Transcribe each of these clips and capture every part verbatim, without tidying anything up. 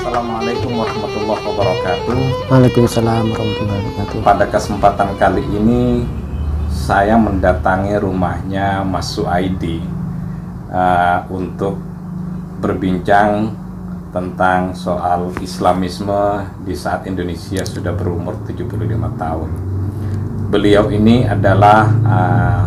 Assalamualaikum warahmatullahi wabarakatuh. Waalaikumsalam warahmatullahi wabarakatuh. Pada kesempatan kali ini saya mendatangi rumahnya Mas Suaidi uh, untuk berbincang tentang soal Islamisme di saat Indonesia sudah berumur tujuh puluh lima tahun. Beliau ini adalah uh,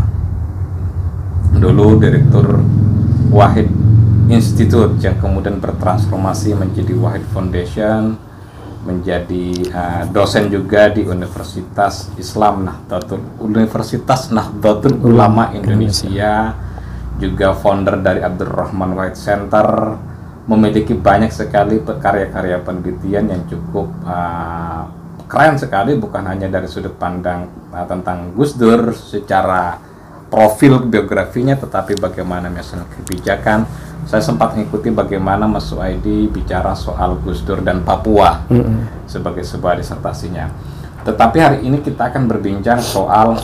dulu Direktur Wahid Institute yang kemudian bertransformasi menjadi Wahid Foundation, menjadi uh, dosen juga di Universitas Islam Nahdlatul Universitas Nahdlatul Ulama Indonesia, juga founder dari Abdurrahman Wahid Center, memiliki banyak sekali karya-karya penelitian yang cukup uh, keren sekali, bukan hanya dari sudut pandang uh, tentang Gus Dur secara profil biografinya, tetapi bagaimana misalnya kebijakan. Saya sempat mengikuti bagaimana Mas Suaidi bicara soal Gus Dur dan Papua mm-hmm. sebagai sebuah disertasinya. Tetapi hari ini kita akan berbincang soal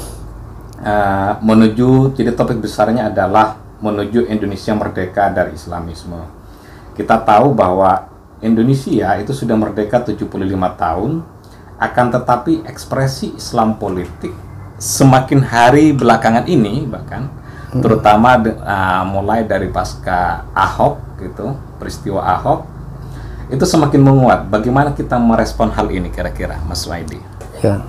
uh, menuju, jadi topik besarnya adalah menuju Indonesia merdeka dari Islamisme. Kita tahu bahwa Indonesia itu sudah merdeka tujuh puluh lima tahun, akan tetapi ekspresi Islam politik semakin hari belakangan ini bahkan hmm. terutama uh, mulai dari pasca Ahok gitu, peristiwa Ahok itu semakin menguat. Bagaimana kita merespon hal ini kira-kira, Mas Suaidi? Ya,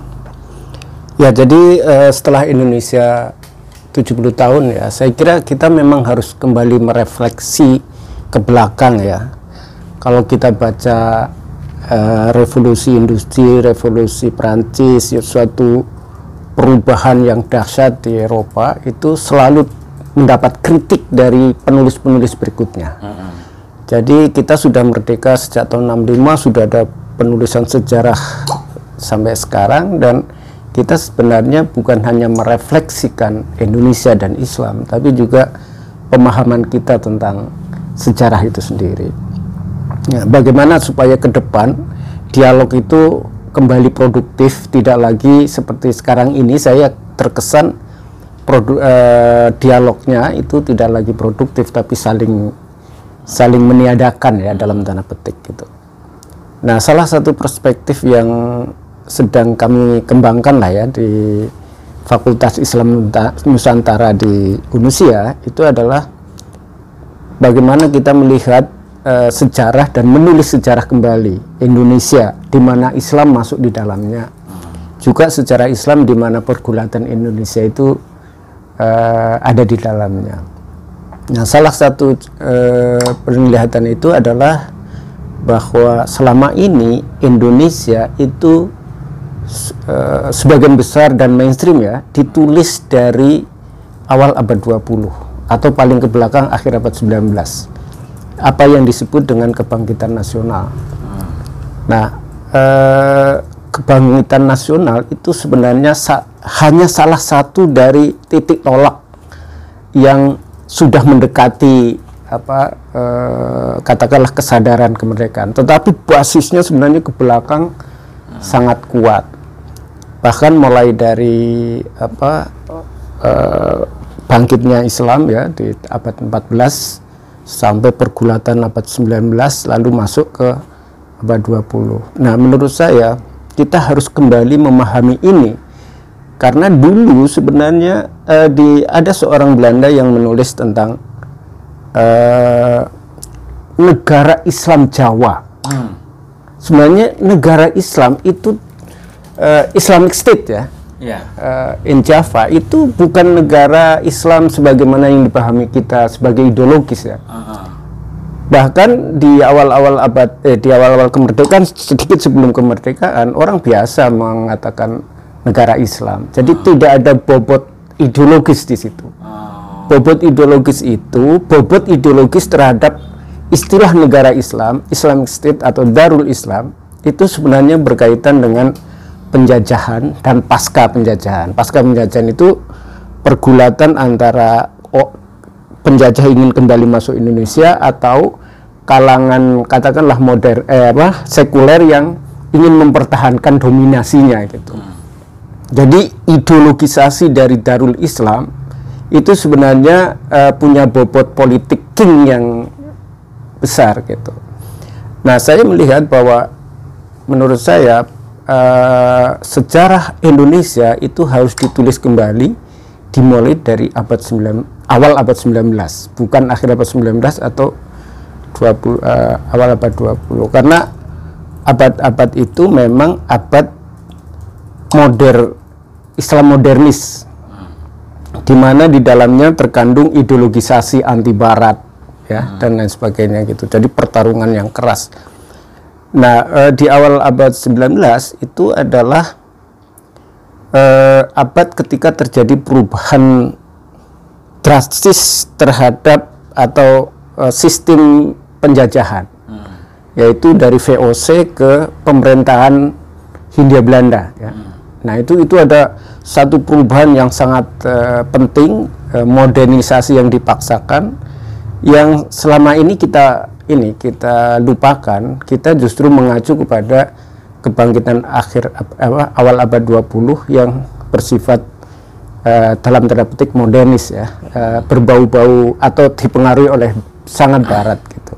ya jadi uh, setelah Indonesia tujuh puluh tahun ya, saya kira kita memang harus kembali merefleksi ke belakang ya. Kalau kita baca uh, revolusi industri, revolusi Perancis, ya, suatu perubahan yang dahsyat di Eropa itu selalu mendapat kritik dari penulis-penulis berikutnya. Uh-huh. Jadi kita sudah merdeka sejak tahun enam puluh lima, sudah ada penulisan sejarah sampai sekarang, dan kita sebenarnya bukan hanya merefleksikan Indonesia dan Islam, tapi juga pemahaman kita tentang sejarah itu sendiri. Ya, bagaimana supaya ke depan dialog itu kembali produktif, tidak lagi seperti sekarang ini saya terkesan produ, eh, dialognya itu tidak lagi produktif tapi saling saling meniadakan ya dalam tanda petik gitu. Nah, salah satu perspektif yang sedang kami kembangkan lah ya di Fakultas Islam Nusantara di Unusia itu adalah bagaimana kita melihat Uh, sejarah dan menulis sejarah kembali Indonesia di mana Islam masuk di dalamnya, juga sejarah Islam di mana pergulatan Indonesia itu uh, ada di dalamnya. Nah, salah satu uh, penglihatan itu adalah bahwa selama ini Indonesia itu uh, sebagian besar dan mainstream ya ditulis dari awal abad dua puluh atau paling ke belakang akhir abad sembilan belas. Apa yang disebut dengan kebangkitan nasional. Nah, eh, kebangkitan nasional itu sebenarnya sa hanya salah satu dari titik tolak yang sudah mendekati apa eh, katakanlah kesadaran kemerdekaan. Tetapi basisnya sebenarnya ke belakang hmm. sangat kuat. Bahkan mulai dari apa eh, bangkitnya Islam ya di abad empat belas sampai pergulatan abad sembilan belas lalu masuk ke abad dua puluh. Nah, menurut saya kita harus kembali memahami ini karena dulu sebenarnya uh, di ada seorang Belanda yang menulis tentang uh, negara Islam Jawa. Hmm. Sebenarnya negara Islam itu uh, Islamic State ya. Yeah. Uh, in Java itu bukan negara Islam sebagaimana yang dipahami kita sebagai ideologis ya. Uh-huh. Bahkan di awal-awal abad eh, di awal-awal kemerdekaan, sedikit sebelum kemerdekaan, orang biasa mengatakan negara Islam. Jadi uh-huh. tidak ada bobot ideologis di situ. Uh-huh. Bobot ideologis itu bobot ideologis terhadap istilah negara Islam, Islamic State atau Darul Islam itu sebenarnya berkaitan dengan penjajahan dan pasca penjajahan. Pasca penjajahan itu pergulatan antara oh, penjajah ingin kembali masuk Indonesia atau kalangan katakanlah modern eh, apa sekuler yang ingin mempertahankan dominasinya gitu. Hmm. Jadi ideologisasi dari Darul Islam itu sebenarnya uh, punya bobot politik king yang besar gitu. Nah, saya melihat bahwa menurut saya uh, sejarah Indonesia itu harus ditulis kembali, dimulai dari abad sembilan, awal abad sembilan belas, bukan akhir abad sembilan belas atau dua puluh, uh, awal abad dua puluh, karena abad-abad itu memang abad modern, Islam modernis, di mana di dalamnya terkandung ideologisasi anti Barat, ya, hmm. dan lain sebagainya gitu. Jadi pertarungan yang keras. Nah, eh, di awal abad sembilan belas itu adalah eh, abad ketika terjadi perubahan drastis terhadap atau eh, sistem penjajahan, hmm. yaitu dari V O C ke pemerintahan Hindia Belanda, ya. Hmm. Nah, itu itu ada satu perubahan yang sangat uh, penting, uh, modernisasi yang dipaksakan, yang selama ini kita ini kita lupakan. Kita justru mengacu kepada kebangkitan akhir apa, awal abad dua puluh yang bersifat uh, dalam tanda petik modernis, ya, uh, berbau-bau atau dipengaruhi oleh sangat Barat gitu.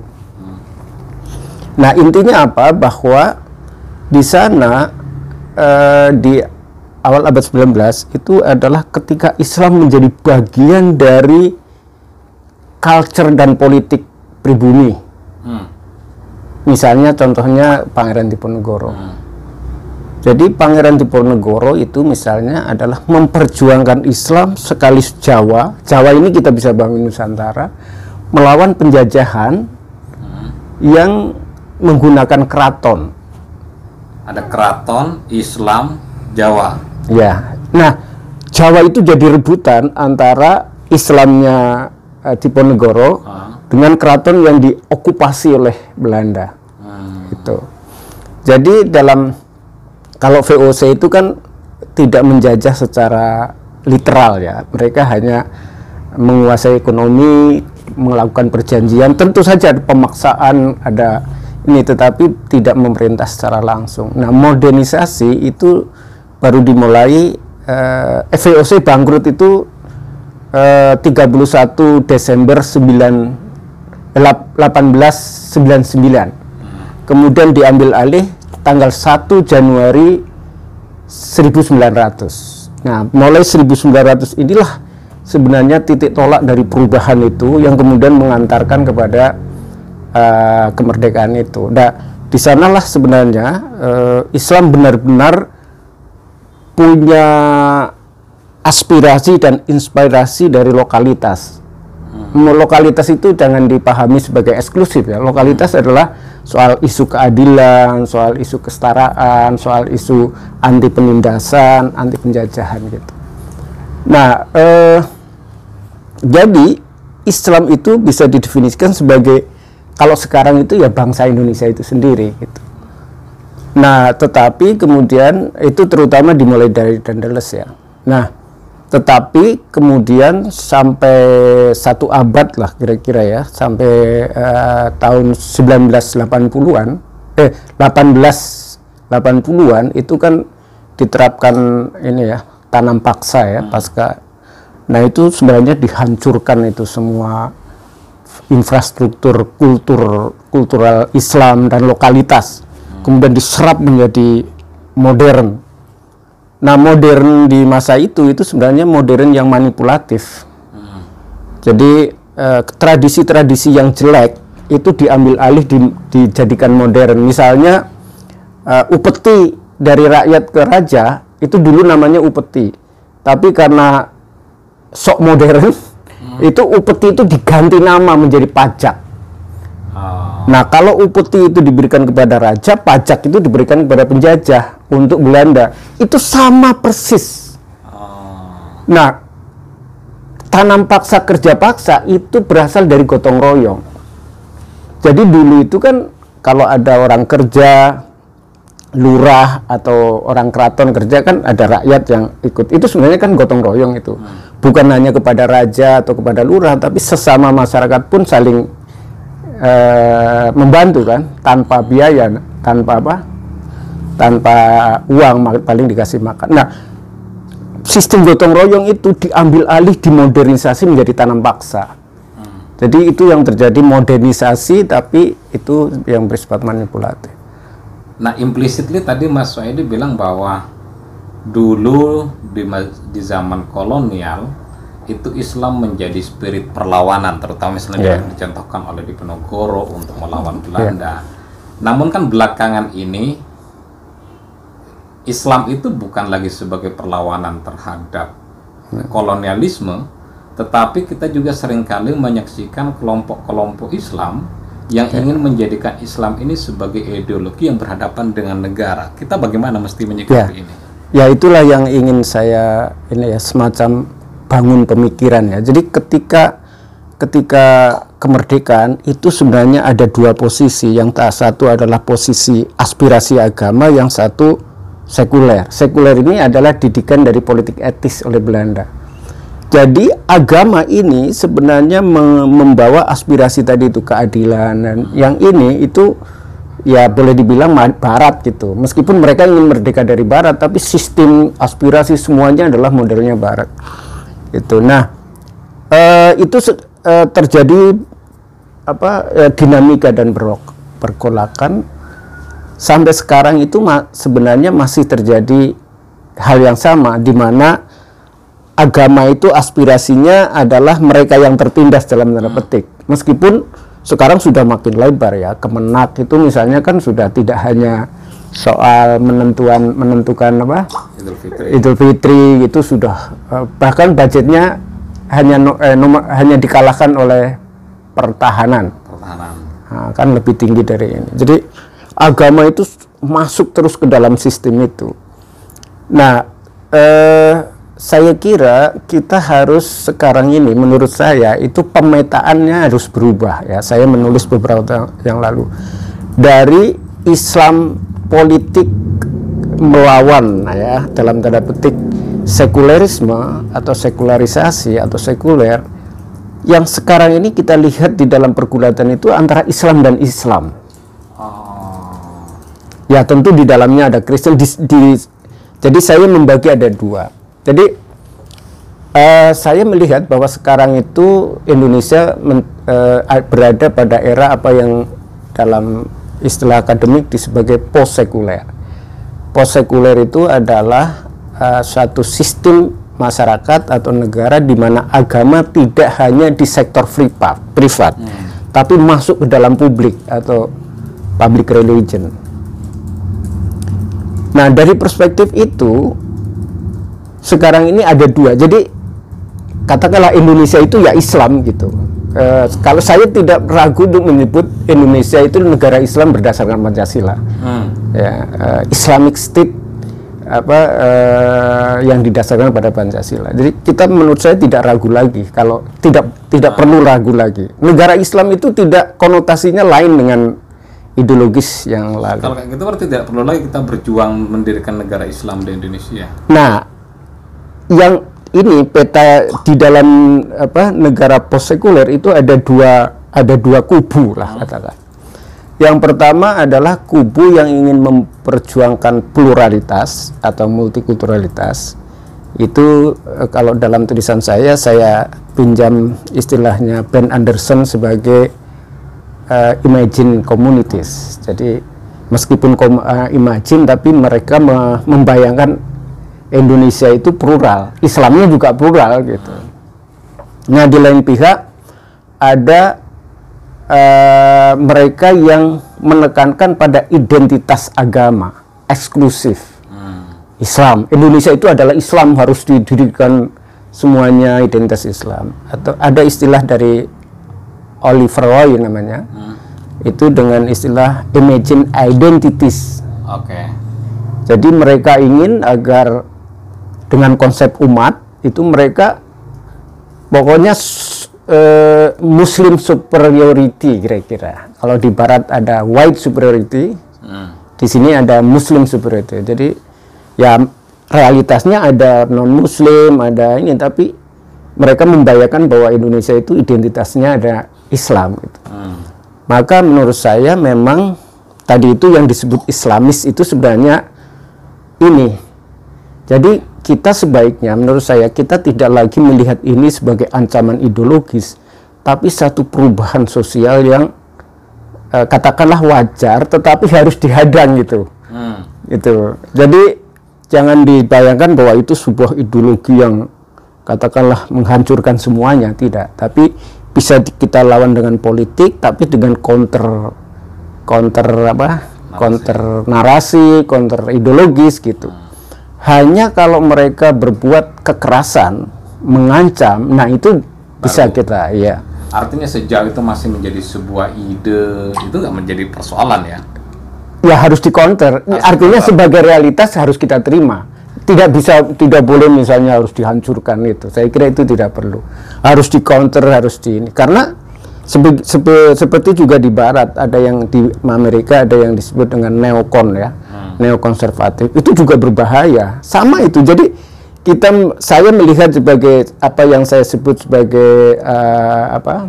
Nah, intinya apa? Bahwa di sana uh, di awal abad sembilan belas itu adalah ketika Islam menjadi bagian dari culture dan politik pribumi. Hmm. Misalnya contohnya Pangeran Diponegoro. Hmm. Jadi Pangeran Diponegoro itu misalnya adalah memperjuangkan Islam sekali Jawa. Jawa ini kita bisa bangun Nusantara melawan penjajahan hmm. yang menggunakan keraton. Ada keraton Islam Jawa. Ya, nah Jawa itu jadi rebutan antara Islamnya uh, Diponegoro uh. dengan keraton yang diokupasi oleh Belanda. Hmm. Gitu. Jadi dalam kalau V O C itu kan tidak menjajah secara literal, ya, mereka hanya menguasai ekonomi, melakukan perjanjian. Tentu saja ada pemaksaan, ada ini, tetapi tidak memerintah secara langsung. Nah, modernisasi itu baru dimulai, uh, V O C bangkrut itu uh, tiga puluh satu Desember delapan belas sembilan puluh sembilan. Kemudian diambil alih tanggal satu Januari seribu sembilan ratus. Nah, mulai seribu sembilan ratus inilah sebenarnya titik tolak dari perubahan itu yang kemudian mengantarkan kepada uh, kemerdekaan itu. Nah, di sanalah sebenarnya uh, Islam benar-benar punya aspirasi dan inspirasi dari lokalitas. Hmm. Lokalitas itu jangan dipahami sebagai eksklusif, ya. Lokalitas hmm. adalah soal isu keadilan, soal isu kesetaraan, soal isu anti penindasan, anti penjajahan gitu. Nah, eh, jadi Islam itu bisa didefinisikan sebagai, kalau sekarang itu ya bangsa Indonesia itu sendiri gitu. Nah, tetapi kemudian itu terutama dimulai dari Dandeles, ya. Nah, tetapi kemudian sampai satu abad lah kira-kira, ya, sampai uh, tahun sembilan belas delapan puluhan, eh delapan belas delapan puluhan itu kan diterapkan ini, ya, tanam paksa, ya, pasca. Nah, itu sebenarnya dihancurkan itu semua infrastruktur kultur kultural Islam dan lokalitas. Kemudian diserap menjadi modern. Nah, modern di masa itu itu sebenarnya modern yang manipulatif. Hmm. Jadi eh, tradisi-tradisi yang jelek itu diambil alih, di, dijadikan modern. Misalnya eh, upeti dari rakyat ke raja itu dulu namanya upeti, tapi karena sok modern, hmm. itu upeti itu diganti nama menjadi pajak. Nah, kalau upeti itu diberikan kepada raja, pajak itu diberikan kepada penjajah untuk Belanda. Itu sama persis. Nah, tanam paksa kerja paksa itu berasal dari gotong royong. Jadi dulu itu kan kalau ada orang kerja, lurah atau orang keraton kerja, kan ada rakyat yang ikut. Itu sebenarnya kan gotong royong itu. Bukan hanya kepada raja atau kepada lurah, tapi sesama masyarakat pun saling Uh, membantu, kan, tanpa biaya, tanpa apa, tanpa uang, paling dikasih makan. Nah, sistem gotong royong itu diambil alih, dimodernisasi menjadi tanam paksa. Hmm. Jadi itu yang terjadi, modernisasi, tapi itu yang bersifat manipulatif. Nah, implicitly tadi Mas Suhaidi bilang bahwa dulu di, di zaman kolonial itu Islam menjadi spirit perlawanan, terutama misalnya yeah. dicontohkan oleh Diponegoro untuk melawan Belanda. Yeah. Namun kan belakangan ini Islam itu bukan lagi sebagai perlawanan terhadap yeah. kolonialisme, tetapi kita juga seringkali menyaksikan kelompok-kelompok Islam yang yeah. ingin menjadikan Islam ini sebagai ideologi yang berhadapan dengan negara. Kita bagaimana mesti menyikapi yeah. ini? Ya, itulah yang ingin saya ini ya, semacam bangun pemikiran ya. Jadi ketika ketika kemerdekaan itu sebenarnya ada dua posisi. Yang satu adalah posisi aspirasi agama, yang satu sekuler. Sekuler ini adalah didikan dari politik etis oleh Belanda. Jadi agama ini sebenarnya membawa aspirasi tadi itu, keadilan, dan yang ini itu ya boleh dibilang barat gitu. Meskipun mereka ingin merdeka dari barat, tapi sistem aspirasi semuanya adalah modelnya barat. Itu. Nah, eh, itu eh, terjadi apa eh, dinamika dan berok, pergolakan sampai sekarang itu ma sebenarnya masih terjadi hal yang sama, di mana agama itu aspirasinya adalah mereka yang tertindas dalam tanda petik. Meskipun sekarang sudah makin lebar ya, Kemenak itu misalnya kan sudah tidak hanya soal menentuan menentukan apa Idul Fitri, Idul Fitri itu sudah bahkan budgetnya hanya eh, nomor, hanya dikalahkan oleh pertahanan. Pertahanan. Nah, kan lebih tinggi dari ini. Jadi agama itu masuk terus ke dalam sistem itu. Nah, eh, saya kira kita harus sekarang ini, menurut saya itu pemetaannya harus berubah ya. Saya menulis beberapa tahun yang lalu, dari Islam politik melawan ya dalam tanda petik sekulerisme atau sekularisasi atau sekuler, yang sekarang ini kita lihat di dalam pergulatan itu antara Islam dan Islam. Oh. Ya tentu di dalamnya ada Kristen. Di, di, jadi saya membagi ada dua. Jadi uh, saya melihat bahwa sekarang itu Indonesia men, uh, berada pada era apa yang dalam istilah akademik sebagai post sekuler. Post sekuler itu adalah uh, suatu sistem masyarakat atau negara di mana agama tidak hanya di sektor privat, privat, hmm. tapi masuk ke dalam publik atau public religion. Nah, dari perspektif itu sekarang ini ada dua. Jadi katakanlah Indonesia itu ya Islam gitu. E, kalau saya tidak ragu untuk menyebut Indonesia itu negara Islam berdasarkan Pancasila. Hmm. Ya, e, Islamic State apa e, yang didasarkan pada Pancasila. Jadi kita menurut saya tidak ragu lagi, kalau tidak tidak hmm. perlu ragu lagi. Negara Islam itu tidak konotasinya lain dengan ideologis yang lalu. Kalau kayak gitu berarti tidak perlu lagi kita berjuang mendirikan negara Islam di Indonesia. Nah, yang ini peta di dalam apa negara post sekuler itu ada dua ada dua kubu lah katakan. Yang pertama adalah kubu yang ingin memperjuangkan pluralitas atau multikulturalitas. Itu kalau dalam tulisan saya saya pinjam istilahnya Ben Anderson sebagai uh, imagine communities. Jadi meskipun kom, uh, imagine tapi mereka me membayangkan Indonesia itu plural, Islamnya juga plural gitu. Nah, di lain pihak ada uh, mereka yang menekankan pada identitas agama eksklusif. Hmm. Islam, Indonesia itu adalah Islam, harus didirikan semuanya identitas Islam. Atau ada istilah dari Oliver Roy namanya, hmm. itu dengan istilah imagine identities. Oke. Okay. Jadi mereka ingin agar dengan konsep umat itu mereka pokoknya uh, Muslim superiority kira-kira. Kalau di Barat ada white superiority, hmm. di sini ada Muslim superiority. Jadi ya realitasnya ada non Muslim, ada ini, tapi mereka membayangkan bahwa Indonesia itu identitasnya ada Islam. Gitu. Hmm. Maka menurut saya memang tadi itu yang disebut Islamis itu sebenarnya ini. Jadi kita sebaiknya, menurut saya, kita tidak lagi melihat ini sebagai ancaman ideologis, tapi satu perubahan sosial yang uh, katakanlah wajar, tetapi harus dihadang gitu. Hmm. Gitu. Jadi jangan dibayangkan bahwa itu sebuah ideologi yang katakanlah menghancurkan semuanya, tidak. Tapi bisa kita lawan dengan politik, tapi dengan counter counter apa? Narasi. Counter narasi, counter ideologis gitu. Hmm. Hanya kalau mereka berbuat kekerasan, mengancam, nah itu baru bisa kita, ya. Artinya sejauh itu masih menjadi sebuah ide, itu nggak menjadi persoalan ya? Ya harus di-counter. Artinya counter. Sebagai realitas harus kita terima. Tidak bisa, tidak boleh misalnya harus dihancurkan itu. Saya kira itu tidak perlu. Harus di-counter, harus di ini. Karena sebe, sebe, seperti juga di Barat, ada yang di Amerika ada yang disebut dengan neokon ya, hmm. neokonservatif. Itu juga berbahaya. Sama itu. Jadi kita, saya melihat sebagai apa yang saya sebut sebagai uh, apa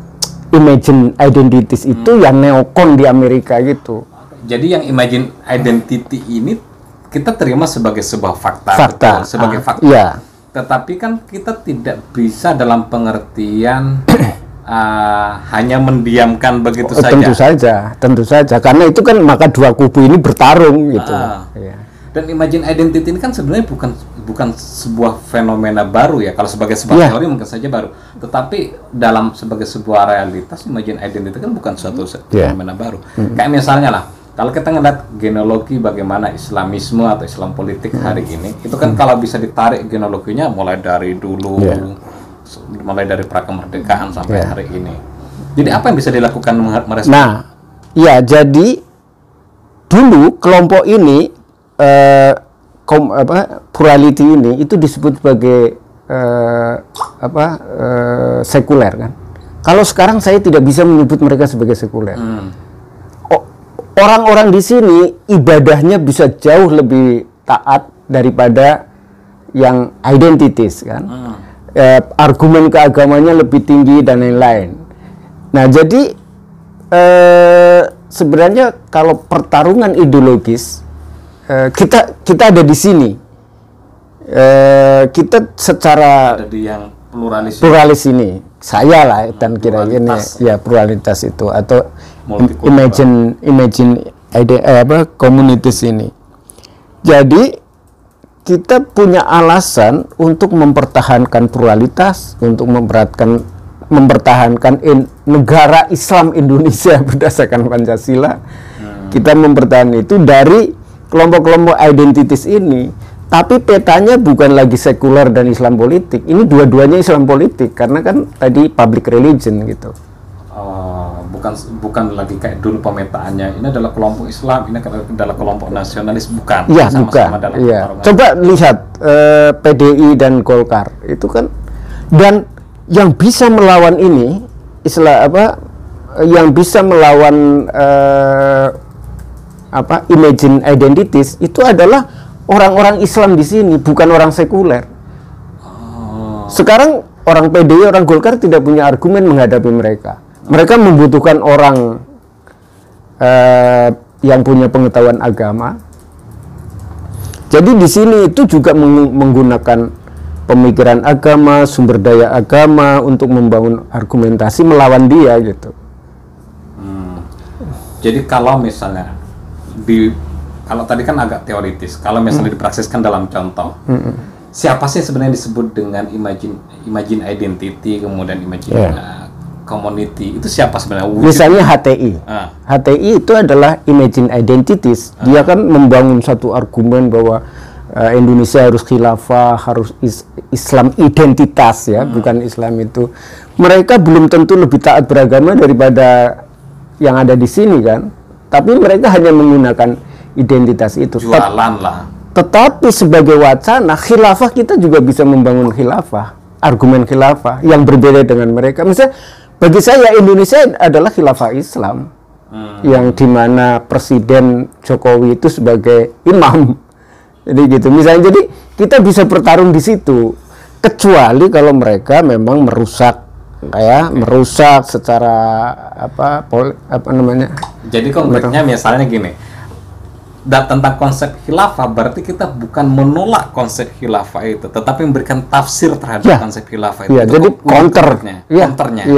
imagine identities itu hmm. yang neokon di Amerika gitu. Jadi yang imagine identity ini kita terima sebagai sebuah fakta, fakta. Betul, sebagai ah, fakta. Iya. Tetapi kan kita tidak bisa dalam pengertian uh, hanya mendiamkan begitu oh, saja. Tentu saja, tentu saja. Karena itu kan maka dua kubu ini bertarung gitu. Uh, iya. Dan imagine identity ini kan sebenarnya bukan bukan sebuah fenomena baru ya. Kalau sebagai sebuah yeah. teori mungkin saja baru. Tetapi dalam sebagai sebuah realitas, imagine identity kan bukan suatu yeah. fenomena baru. Mm-hmm. Kayak misalnya lah, kalau kita ngeliat genealogi bagaimana Islamisme atau Islam politik mm-hmm. hari ini, itu kan mm-hmm. kalau bisa ditarik genealoginya mulai dari dulu, yeah. mulai dari prakemerdekaan sampai yeah. hari ini. Jadi apa yang bisa dilakukan merespon? Nah, ya jadi dulu kelompok ini Uh, kom, apa, plurality ini itu disebut sebagai uh, apa uh, sekuler kan. Kalau sekarang saya tidak bisa menyebut mereka sebagai sekuler. Hmm. O, orang-orang di sini ibadahnya bisa jauh lebih taat daripada yang identities kan. Hmm. Uh, argumen keagamanya lebih tinggi dan lain-lain. Nah jadi uh, sebenarnya kalau pertarungan ideologis Uh, kita kita ada di sini, uh, kita secara ada di yang pluralis pluralis ini, saya lah dan kira ini ya pluralitas itu atau imagine imagine ide, eh, apa communities ini. Jadi kita punya alasan untuk mempertahankan pluralitas, untuk memperatkan mempertahankan in, negara Islam Indonesia berdasarkan Pancasila. Hmm. Kita mempertahankan itu dari kelompok-kelompok identitas ini, tapi petanya bukan lagi sekuler dan Islam politik. Ini dua-duanya Islam politik karena kan tadi public religion gitu. Uh, bukan bukan lagi kayak dulu pemetaannya. Ini adalah kelompok Islam, ini adalah kelompok nasionalis, bukan. Iya, bukan. Iya. Coba lihat uh, P D I dan Golkar itu kan, dan yang bisa melawan ini istilah apa? Yang bisa melawan uh, apa imagine identities itu adalah orang-orang Islam di sini, bukan orang sekuler. Oh. Sekarang orang P D I, orang Golkar tidak punya argumen menghadapi mereka. Mereka membutuhkan orang uh, yang punya pengetahuan agama. Jadi di sini itu juga meng- menggunakan pemikiran agama, sumber daya agama untuk membangun argumentasi melawan dia gitu. Hmm. Jadi kalau misalnya di kalau tadi kan agak teoritis, kalau misalnya hmm. dipraksiskan dalam contoh, hmm. siapa sih sebenarnya disebut dengan imagine imagine identity, kemudian imagine yeah. uh, community, itu siapa sebenarnya? Wujud? Misalnya H T I, ah. H T I itu adalah imagine identities. Ah. Dia kan membangun satu argumen bahwa uh, Indonesia harus khilafah, harus is, Islam identitas ya, hmm. bukan Islam itu. Mereka belum tentu lebih taat beragama daripada yang ada di sini kan. Tapi mereka hanya menggunakan identitas itu. Jualan lah. Tetapi sebagai wacana, khilafah kita juga bisa membangun khilafah. Argumen khilafah yang berbeda dengan mereka. Misalnya, bagi saya Indonesia adalah khilafah Islam. Hmm. Yang dimana Presiden Jokowi itu sebagai imam. Jadi gitu. Misalnya, jadi kita bisa bertarung di situ. Kecuali kalau mereka memang merusak kayak okay. merusak secara apa pol, apa namanya. Jadi konkretnya misalnya gini, da, tentang konsep khilafah berarti kita bukan menolak konsep khilafah itu, tetapi memberikan tafsir terhadap ya. konsep khilafah itu. Ya, itu jadi counter, ya. counternya. Ya.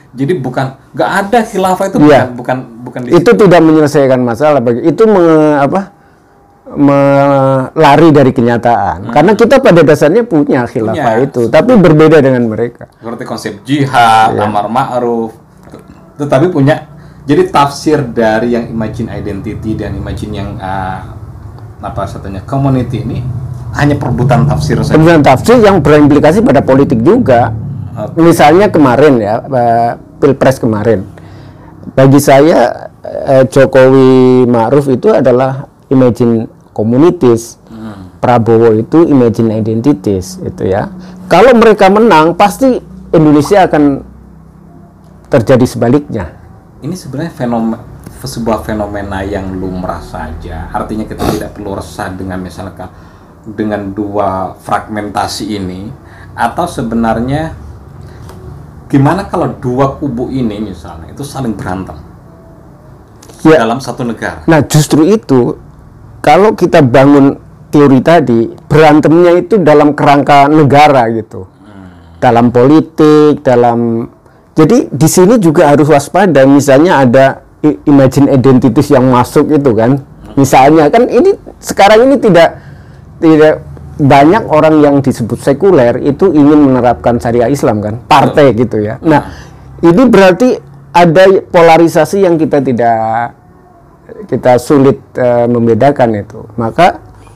Jadi bukan nggak ada khilafah itu Ya. bukan bukan bukan di Itu situ. tidak menyelesaikan masalah bagi itu me- apa melari dari kenyataan. Karena kita pada dasarnya punya khilafah Punya. itu, tapi berbeda dengan mereka. Seperti konsep jihad, Iya. amar ma'ruf, tetapi punya jadi tafsir dari yang imagine identity dan imagine yang uh, apa satunya community ini hanya perebutan tafsir saja. Kemudian tafsir yang berimplikasi pada politik juga. Oke. Misalnya kemarin ya, eh, Pilpres kemarin. Bagi saya eh, Jokowi Ma'ruf itu adalah imagine communities. Prabowo itu imagine identities itu ya. Kalau mereka menang pasti Indonesia akan terjadi sebaliknya. Ini sebenarnya fenomena sebuah fenomena yang lumrah saja. Artinya kita tidak perlu resah dengan misalkan dengan dua fragmentasi ini, atau sebenarnya gimana kalau dua kubu ini misalnya itu saling berantem Ya. dalam satu negara. Nah, justru itu kalau kita bangun teori tadi, berantemnya itu dalam kerangka negara gitu. Dalam politik, dalam jadi di sini juga harus waspada. Misalnya ada i- imagine identities yang masuk itu kan. Misalnya kan ini sekarang ini tidak tidak banyak orang yang disebut sekuler itu ingin menerapkan syariah Islam kan, partai gitu ya. Nah, ini berarti ada polarisasi yang kita tidak kita sulit eh, membedakan itu. Maka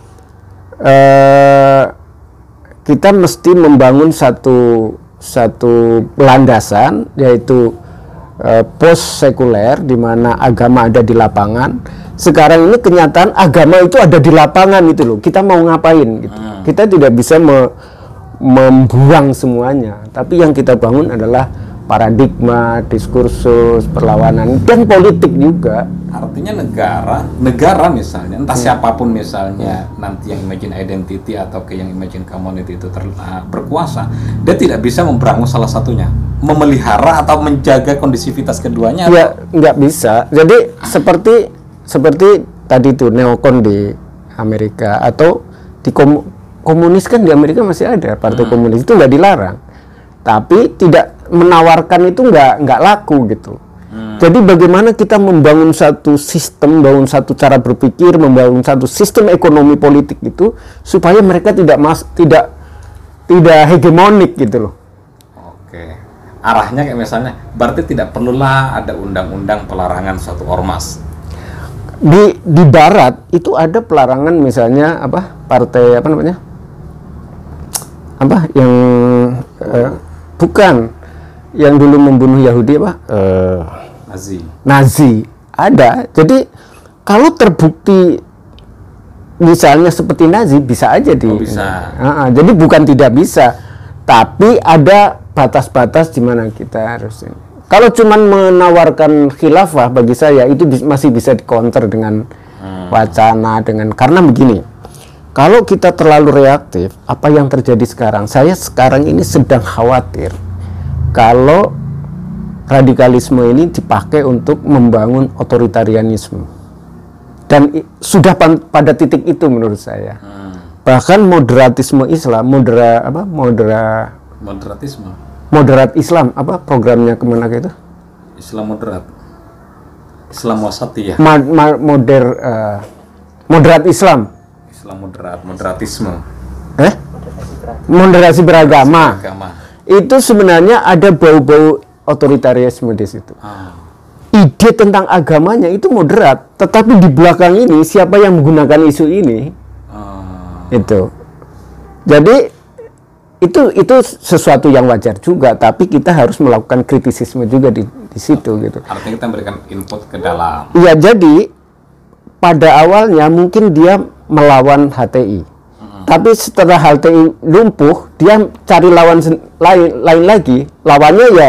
eh, kita mesti membangun satu satu landasan yaitu eh, post sekuler di mana agama ada di lapangan. Sekarang ini kenyataan agama itu ada di lapangan itu loh. Kita mau ngapain gitu. Kita tidak bisa me- membuang semuanya, tapi yang kita bangun adalah paradigma, diskursus, perlawanan dan politik juga. Artinya negara, negara misalnya, entah siapapun misalnya nanti yang imagine identity atau ke yang imagine community itu ter, uh, berkuasa, dia tidak bisa memberangus salah satunya, memelihara atau menjaga kondisivitas keduanya. Ya nggak bisa. Jadi seperti seperti tadi tuh neokon di Amerika atau di komu- komunis kan di Amerika masih ada partai komunis itu nggak dilarang, tapi tidak menawarkan itu nggak nggak laku gitu. Jadi bagaimana kita membangun satu sistem, membangun satu cara berpikir, membangun satu sistem ekonomi politik itu supaya mereka tidak mas tidak tidak hegemonik gitu loh. Oke, arahnya kayak misalnya, berarti tidak perlulah ada undang-undang pelarangan suatu ormas. Di di Barat itu ada pelarangan misalnya apa partai apa namanya apa yang eh, bukan yang dulu membunuh Yahudi apa eh, Nazi. Nazi ada. Jadi kalau terbukti misalnya seperti Nazi bisa aja di Oh, bisa. Ah, ah, jadi bukan tidak bisa, tapi ada batas-batas di mana kita harus ini. Kalau cuman menawarkan khilafah bagi saya itu bis- masih bisa di-counter dengan wacana dengan karena begini. Kalau kita terlalu reaktif, apa yang terjadi sekarang? Saya sekarang ini sedang khawatir kalau radikalisme ini dipakai untuk membangun otoritarianisme. Dan i- sudah pan- pada titik itu menurut saya. Bahkan moderatisme Islam, modera apa? Modera Moderatisme, moderat Islam apa programnya kemana itu? Islam moderat, Islam wasatiyah, Ma- ma- moder eh, moderat Islam. Islam moderat, moderatisme, Eh? Moderasi beragama. agama. Itu sebenarnya ada bau-bau otoritarianisme di situ. Ah. Ide tentang agamanya itu moderat, tetapi di belakang ini siapa yang menggunakan isu ini? Ah. Itu. Jadi itu itu sesuatu yang wajar juga, tapi kita harus melakukan kritisisme juga di, di situ gitu. Artinya kita memberikan input ke dalam. Iya, jadi pada awalnya mungkin dia melawan H T I. Tapi setelah H T I lumpuh, dia cari lawan sen- lain lain lagi. Lawannya ya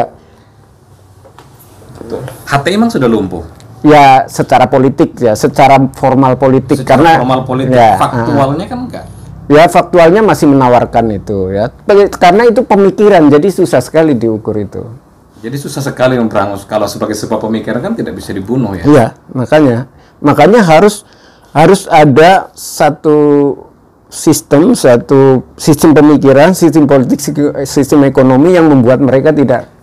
H T I memang sudah lumpuh. ya secara politik ya, secara formal politik Secara karena formal politik, ya, faktualnya kan enggak. ya faktualnya masih menawarkan itu ya. Karena itu pemikiran, jadi susah sekali diukur itu. Jadi susah sekali memberangus. Kalau sebagai sebuah pemikiran kan tidak bisa dibunuh ya. Iya, makanya makanya harus harus ada satu sistem, satu sistem pemikiran, sistem politik, sistem ekonomi yang membuat mereka tidak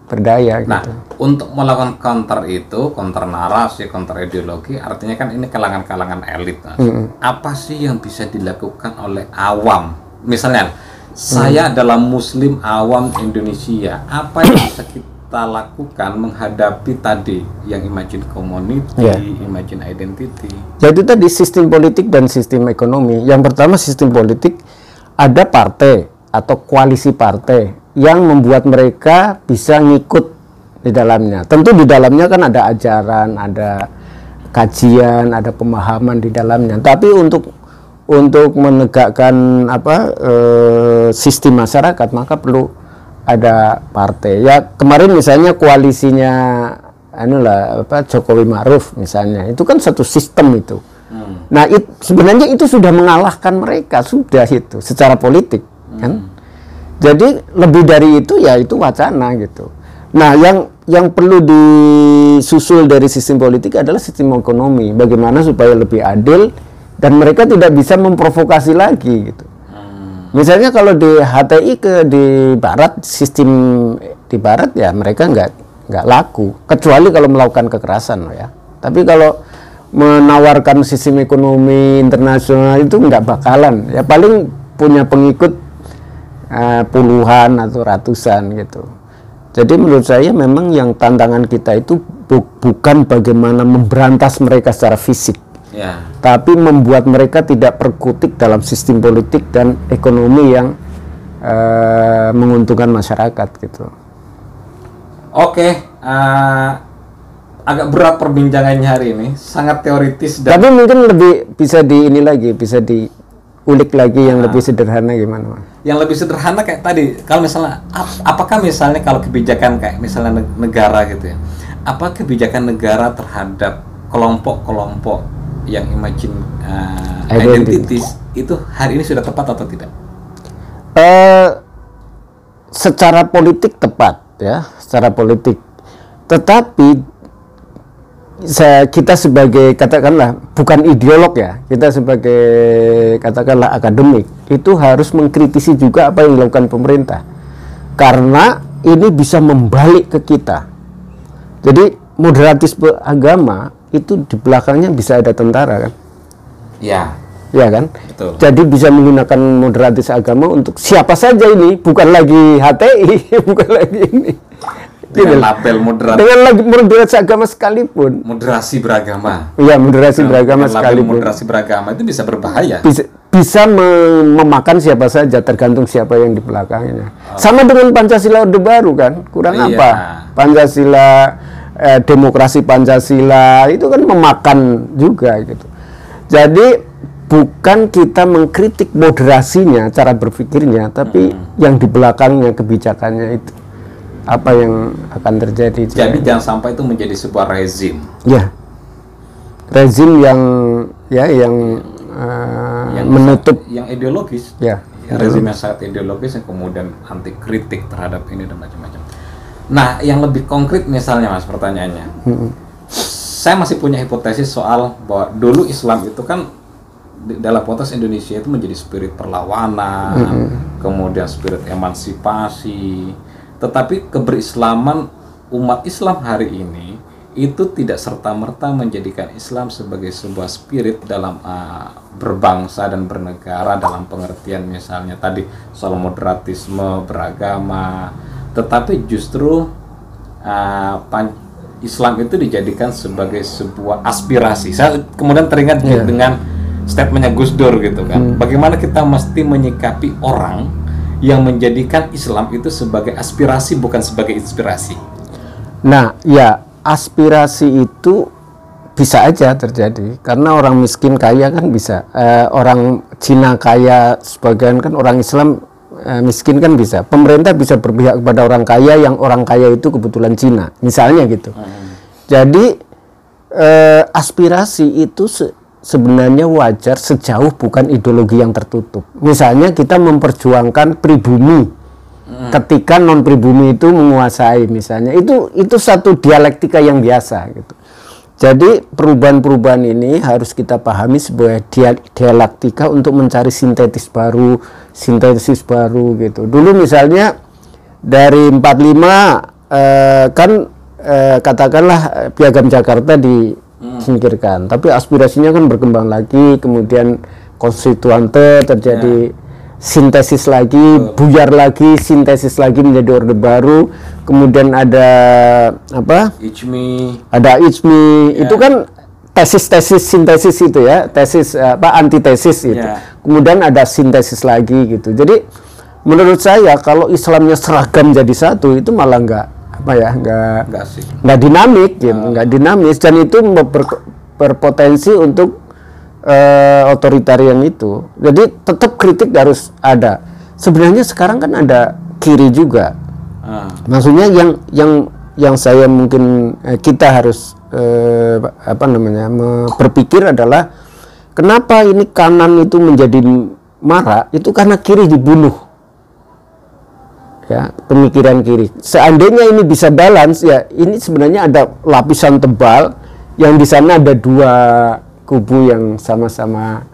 berdaya. Nah, gitu. untuk melakukan counter itu, counter narasi, counter ideologi, artinya kan ini kalangan-kalangan elit. Mas. Mm-hmm. Apa sih yang bisa dilakukan oleh awam? Misalnya, mm. saya adalah Muslim awam Indonesia. Apa yang bisa kita lakukan menghadapi tadi yang imagine community, yeah. imagine identity? Jadi tadi sistem politik dan sistem ekonomi. Yang pertama sistem politik, ada partai atau koalisi partai yang membuat mereka bisa ngikut di dalamnya. Tentu di dalamnya kan ada ajaran, ada kajian, ada pemahaman di dalamnya. Tapi untuk untuk menegakkan apa e, sistem masyarakat, maka perlu ada partai. Ya kemarin misalnya koalisinya anulah apa Jokowi Ma'ruf misalnya, itu kan satu sistem itu. Hmm. Nah, it, sebenarnya itu sudah mengalahkan mereka, sudah itu secara politik, hmm. kan? Jadi lebih dari itu ya itu wacana gitu. Nah, yang yang perlu disusul dari sistem politik adalah sistem ekonomi. Bagaimana supaya lebih adil dan mereka tidak bisa memprovokasi lagi gitu. Hmm. Misalnya kalau di H T I ke di Barat, sistem di Barat ya mereka nggak nggak laku, kecuali kalau melakukan kekerasan ya. Tapi kalau menawarkan sistem ekonomi internasional itu nggak bakalan. Ya paling punya pengikut Uh, puluhan atau ratusan gitu. Jadi menurut saya memang yang tantangan kita itu bu bukan bagaimana memberantas mereka secara fisik, yeah. tapi membuat mereka tidak perkutik dalam sistem politik dan ekonomi yang uh, menguntungkan masyarakat gitu. Oke, okay, uh, agak berat perbincangannya hari ini, sangat teoritis. Dan tapi mungkin lebih bisa di ini lagi, bisa di ulik lagi yang nah, lebih sederhana gimana, Mas? Yang lebih sederhana kayak tadi, kalau misalnya ap apakah misalnya kalau kebijakan kayak misalnya negara gitu ya, apa kebijakan negara terhadap kelompok-kelompok yang imagine uh, identities itu hari ini sudah tepat atau tidak? Uh, secara politik tepat ya, secara politik. Tetapi saya, kita sebagai katakanlah bukan ideolog ya, kita sebagai katakanlah akademik itu harus mengkritisi juga apa yang dilakukan pemerintah, karena ini bisa membalik ke kita. Jadi moderatisme agama itu di belakangnya bisa ada tentara kan? Ya, ya kan? Betul. Jadi bisa menggunakan moderatisme agama untuk siapa saja ini, bukan lagi H T I, bukan lagi ini. Dengan label moderat, dengan lagi moderasi agama sekalipun, moderasi beragama, iya moderasi dengan, beragama dengan sekalipun, moderasi beragama itu bisa berbahaya, bisa, bisa mem memakan siapa saja tergantung siapa yang di belakangnya. Oh. Sama dengan Pancasila Orde Baru kan, kurang iya. apa? Pancasila, eh, demokrasi Pancasila itu kan memakan juga gitu. Jadi bukan kita mengkritik moderasinya, cara berpikirnya, tapi hmm. yang di belakangnya kebijakannya itu. Apa yang akan terjadi. Jadi jangan sampai itu menjadi sebuah rezim. Ya, rezim yang ya yang, uh, yang menutup, yang ideologis. Ya, ya rezim yang sangat ideologis yang kemudian anti kritik terhadap ini dan macam-macam. Nah, yang lebih konkret misalnya Mas pertanyaannya, hmm. saya masih punya hipotesis soal bahwa dulu Islam itu kan dalam konteks Indonesia itu menjadi spirit perlawanan, hmm. kemudian spirit emansipasi. Tetapi keberislaman umat Islam hari ini itu tidak serta-merta menjadikan Islam sebagai sebuah spirit dalam uh, berbangsa dan bernegara dalam pengertian misalnya tadi soal moderatisme beragama, tetapi justru uh, Islam itu dijadikan sebagai sebuah aspirasi. Saya kemudian teringat yeah. dengan statementnya Gus Dur gitu kan. Hmm. Bagaimana kita mesti menyikapi orang yang menjadikan Islam itu sebagai aspirasi bukan sebagai inspirasi. Nah, ya aspirasi itu bisa aja terjadi karena orang miskin kaya kan bisa, eh, orang Cina kaya, sebagian kan orang Islam eh, miskin kan bisa. Pemerintah bisa berpihak kepada orang kaya yang orang kaya itu kebetulan Cina, misalnya gitu. Hmm. Jadi eh, aspirasi itu se sebenarnya wajar sejauh bukan ideologi yang tertutup. Misalnya kita memperjuangkan pribumi hmm. ketika non pribumi itu menguasai misalnya, itu itu satu dialektika yang biasa gitu. Jadi perubahan-perubahan ini harus kita pahami sebagai dialektika untuk mencari sintetis baru, sintesis baru gitu. Dulu misalnya dari empat puluh lima uh, kan uh, katakanlah Piagam Jakarta disingkirkan, hmm. tapi aspirasinya kan berkembang lagi, kemudian konstituante terjadi yeah. sintesis lagi, oh. buyar lagi, sintesis lagi menjadi orde baru, kemudian ada apa? Ijmi. Ada Ijmi, yeah. itu kan tesis-tesis sintesis itu ya, tesis apa antitesis itu. Yeah. Kemudian ada sintesis lagi gitu. Jadi menurut saya kalau Islamnya seragam jadi satu itu malah nggak apa ya, nggak nggak dinamik, gitu, nggak uh. dinamis, dan itu ber, berpotensi untuk Uh, otoritarian itu. Jadi tetap kritik harus ada. Sebenarnya sekarang kan ada kiri juga. Uh. Maksudnya yang yang yang saya mungkin eh, kita harus eh, apa namanya berpikir adalah kenapa ini kanan itu menjadi marah, itu karena kiri dibunuh. Ya, pemikiran kiri. Seandainya ini bisa balance, ya ini sebenarnya ada lapisan tebal yang di sana ada dua kubu yang sama-sama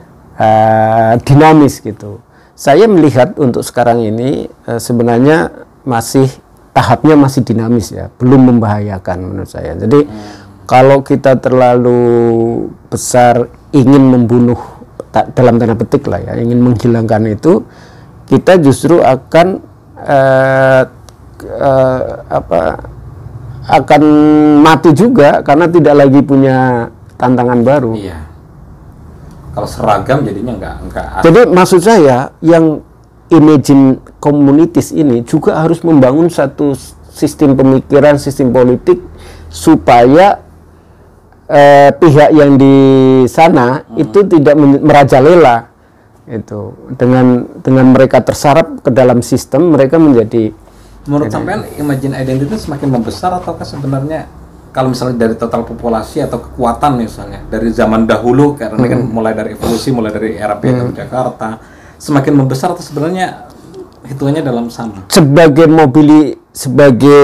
uh, dinamis gitu. Saya melihat untuk sekarang ini uh, sebenarnya masih tahapnya masih dinamis ya, belum membahayakan menurut saya. Jadi hmm. kalau kita terlalu besar ingin membunuh ta dalam tanda petik lah ya, ingin menghilangkan itu, kita justru akan uh, uh, apa akan mati juga karena tidak lagi punya tantangan baru. Iya. Kalau seragam jadinya enggak enggak. Jadi maksud saya yang imagine communities ini juga harus membangun satu sistem pemikiran, sistem politik supaya eh, pihak yang di sana hmm. itu tidak merajalela itu. Dengan dengan mereka tersarap ke dalam sistem, mereka menjadi. Menurut sampean imagine identity semakin membesar ataukah sebenarnya kalau misalnya dari total populasi atau kekuatan misalnya dari zaman dahulu karena hmm. kan mulai dari evolusi, mulai dari era Piagam hmm. Jakarta semakin membesar atau sebenarnya hitungannya dalam sama? Sebagai mobili sebagai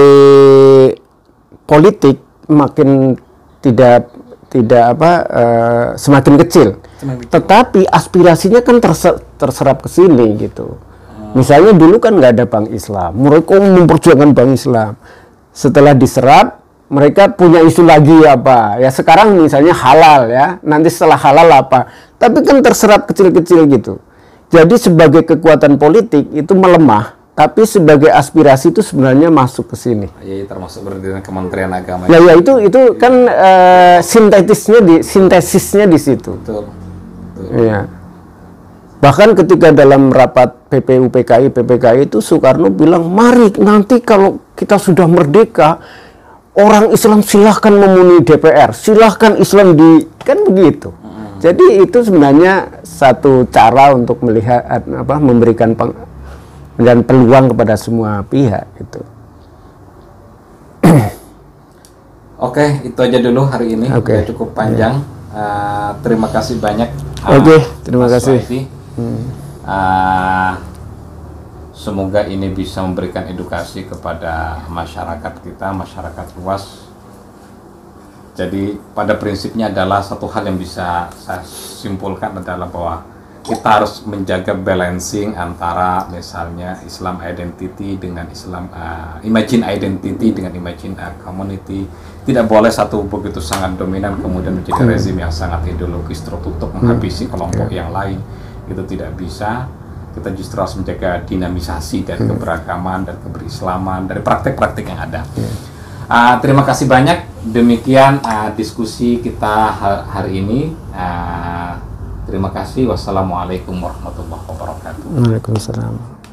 politik makin tidak tidak apa uh, semakin kecil. Semakin kecil. Tetapi aspirasinya kan terse terserap ke sini gitu. Hmm. Misalnya dulu kan nggak ada Bank Islam, mereka memperjuangkan Bank Islam. Setelah diserap mereka punya isu lagi apa ya, sekarang misalnya halal ya, nanti setelah halal apa, tapi kan terserap kecil-kecil gitu. Jadi sebagai kekuatan politik itu melemah, tapi sebagai aspirasi itu sebenarnya masuk ke sini. Ya, termasuk berdiri Kementerian Agama. Ya, ya itu itu ya. Kan uh, sintetisnya di sintesisnya di situ. Betul. Betul. Ya. Bahkan ketika dalam rapat P P U P K I P P K I itu Soekarno bilang, mari nanti kalau kita sudah merdeka, orang Islam silahkan memenuhi D P R, silahkan Islam di, kan begitu. Hmm. Jadi itu sebenarnya satu cara untuk melihat apa, memberikan peng, dan peluang kepada semua pihak itu. Oke, itu aja dulu hari ini. Oke. Udah cukup panjang. Yeah. Uh, terima kasih banyak. Oke, okay, terima Mas kasih. Hmm. Uh, Semoga ini bisa memberikan edukasi kepada masyarakat kita, masyarakat luas. Jadi pada prinsipnya adalah satu hal yang bisa saya simpulkan adalah bahwa kita harus menjaga balancing antara misalnya Islam identity dengan Islam uh, imagine identity dengan imagine uh, community. Tidak boleh satu begitu sangat dominan kemudian menjadi rezim yang sangat ideologis tertutup menghabisi kelompok yang lain. Itu tidak bisa. Kita justru harus menjaga dinamisasi dari keberagaman dan keberislaman dari praktek-praktek yang ada. Uh, terima kasih banyak. Demikian uh, diskusi kita hari ini. Uh, terima kasih. Wassalamualaikum warahmatullahi wabarakatuh. Waalaikumsalam.